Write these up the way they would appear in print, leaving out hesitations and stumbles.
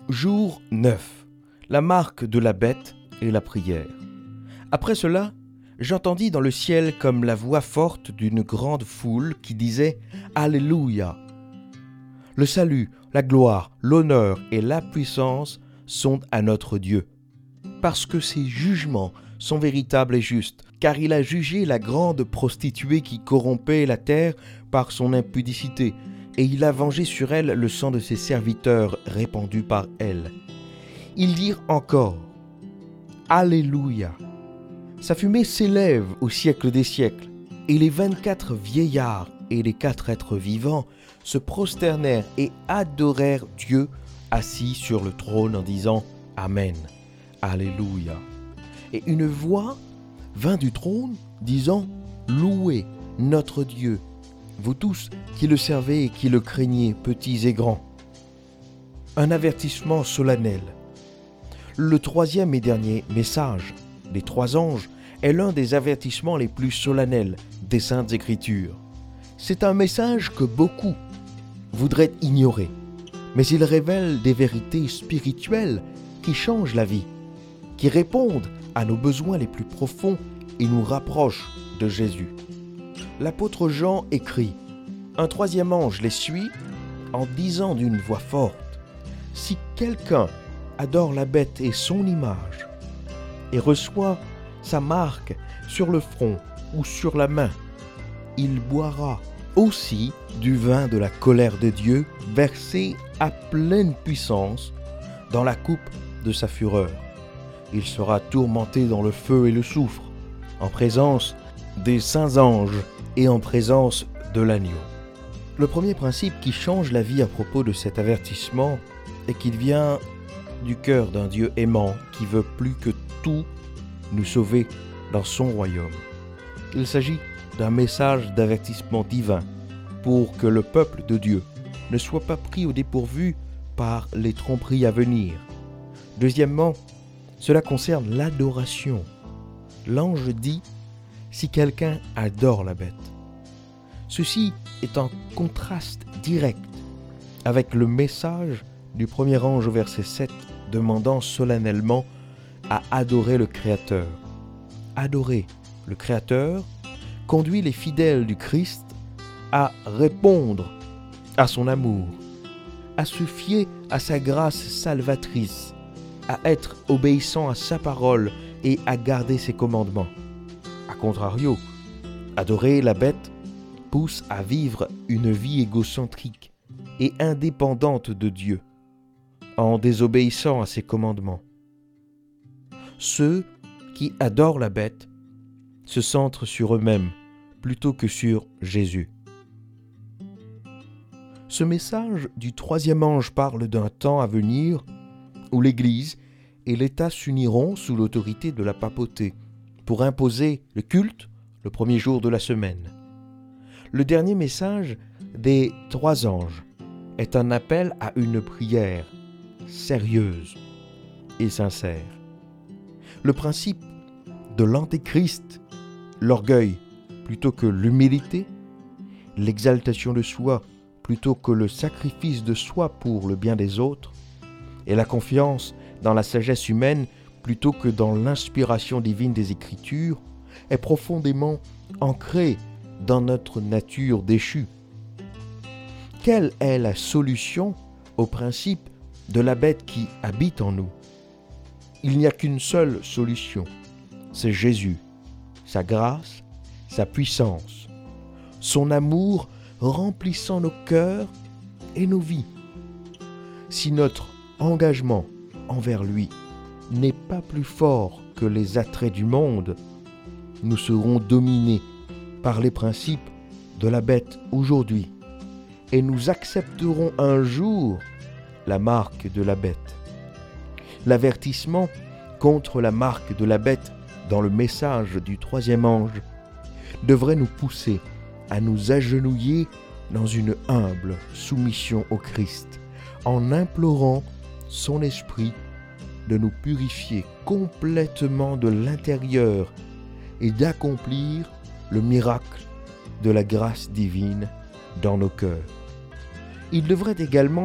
Jour 9. La marque de la bête et la prière. Après cela, j'entendis dans le ciel comme la voix forte d'une grande foule qui disait « Alléluia ! Le salut, la gloire, l'honneur et la puissance sont à notre Dieu, parce que ses jugements sont véritables et justes, car il a jugé la grande prostituée qui corrompait la terre par son impudicité, et il a vengé sur elle le sang de ses serviteurs répandu par elle. » Ils dirent encore « Alléluia ! Sa fumée s'élève au siècle des siècles. » Et les 24 vieillards et les 4 êtres vivants se prosternèrent et adorèrent Dieu assis sur le trône en disant « Amen, Alléluia !» Et une voix vint du trône disant « Louez notre Dieu, vous tous qui le servez et qui le craignez, petits et grands. » Un avertissement solennel. Le troisième et dernier message des 3 anges est l'un des avertissements les plus solennels des Saintes Écritures. C'est un message que beaucoup voudraient ignorer, mais il révèle des vérités spirituelles qui changent la vie, qui répondent à nos besoins les plus profonds et nous rapprochent de Jésus. L'apôtre Jean écrit « Un troisième ange les suit en disant d'une voix forte « Si quelqu'un adore la bête et son image, et reçoit sa marque sur le front ou sur la main, il boira aussi du vin de la colère de Dieu, versé à pleine puissance dans la coupe de sa fureur. Il sera tourmenté dans le feu et le soufre, en présence des saints anges et en présence de l'agneau. » Le premier principe qui change la vie à propos de cet avertissement est qu'il vient du cœur d'un Dieu aimant qui veut plus que tout nous sauver dans son royaume. Il s'agit d'un message d'avertissement divin pour que le peuple de Dieu ne soit pas pris au dépourvu par les tromperies à venir. Deuxièmement, cela concerne l'adoration. L'ange dit « si quelqu'un adore la bête ». Ceci est en contraste direct avec le message du premier ange au verset 7 demandant solennellement à adorer le Créateur. Adorer le Créateur conduit les fidèles du Christ à répondre à son amour, à se fier à sa grâce salvatrice, à être obéissant à sa parole et à garder ses commandements. A contrario, adorer la bête pousse à vivre une vie égocentrique et indépendante de Dieu, en désobéissant à ses commandements. Ceux qui adorent la bête se centrent sur eux-mêmes plutôt que sur Jésus. Ce message du troisième ange parle d'un temps à venir où l'Église et l'État s'uniront sous l'autorité de la papauté pour imposer le culte le premier jour de la semaine. Le dernier message des 3 anges est un appel à une prière sérieuse et sincère. Le principe de l'antéchrist, l'orgueil plutôt que l'humilité, l'exaltation de soi plutôt que le sacrifice de soi pour le bien des autres, et la confiance dans la sagesse humaine plutôt que dans l'inspiration divine des Écritures, est profondément ancré dans notre nature déchue. Quelle est la solution au principe de la bête qui habite en nous? Il n'y a qu'une seule solution, c'est Jésus, sa grâce, sa puissance, son amour remplissant nos cœurs et nos vies. Si notre engagement envers lui n'est pas plus fort que les attraits du monde, nous serons dominés par les principes de la bête aujourd'hui et nous accepterons un jour la marque de la bête. L'avertissement contre la marque de la bête dans le message du troisième ange devrait nous pousser à nous agenouiller dans une humble soumission au Christ, en implorant son esprit de nous purifier complètement de l'intérieur et d'accomplir le miracle de la grâce divine dans nos cœurs. Il devrait également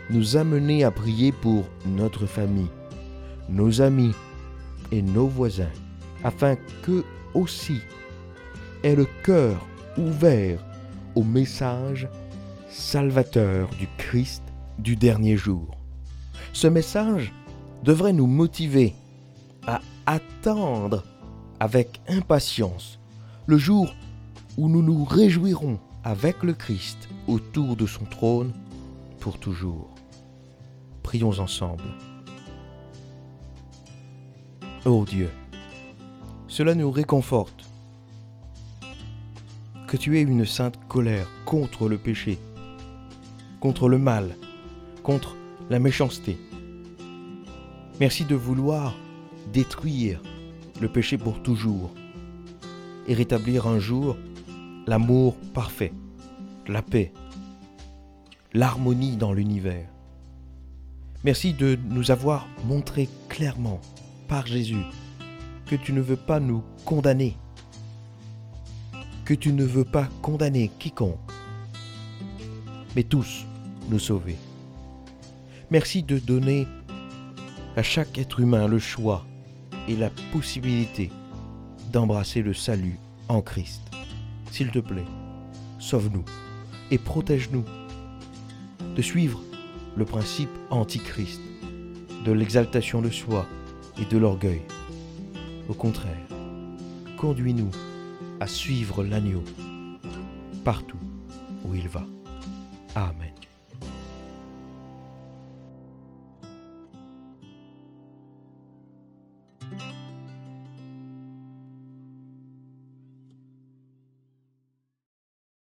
nous amener à prier pour notre famille, nos amis et nos voisins, afin qu'eux aussi aient le cœur ouvert au message salvateur du Christ du dernier jour. Ce message devrait nous motiver à attendre avec impatience le jour où nous nous réjouirons avec le Christ autour de son trône pour toujours. Prions ensemble. Ô Dieu, cela nous réconforte que tu aies une sainte colère contre le péché, contre le mal, contre la méchanceté. Merci de vouloir détruire le péché pour toujours et rétablir un jour l'amour parfait, la paix, l'harmonie dans l'univers. Merci de nous avoir montré clairement par Jésus que tu ne veux pas nous condamner, que tu ne veux pas condamner quiconque, mais tous nous sauver. Merci de donner à chaque être humain le choix et la possibilité d'embrasser le salut en Christ. S'il te plaît, sauve-nous et protège-nous de suivre le principe antichrist, de l'exaltation de soi et de l'orgueil. Au contraire, conduis-nous à suivre l'agneau partout où il va. Amen.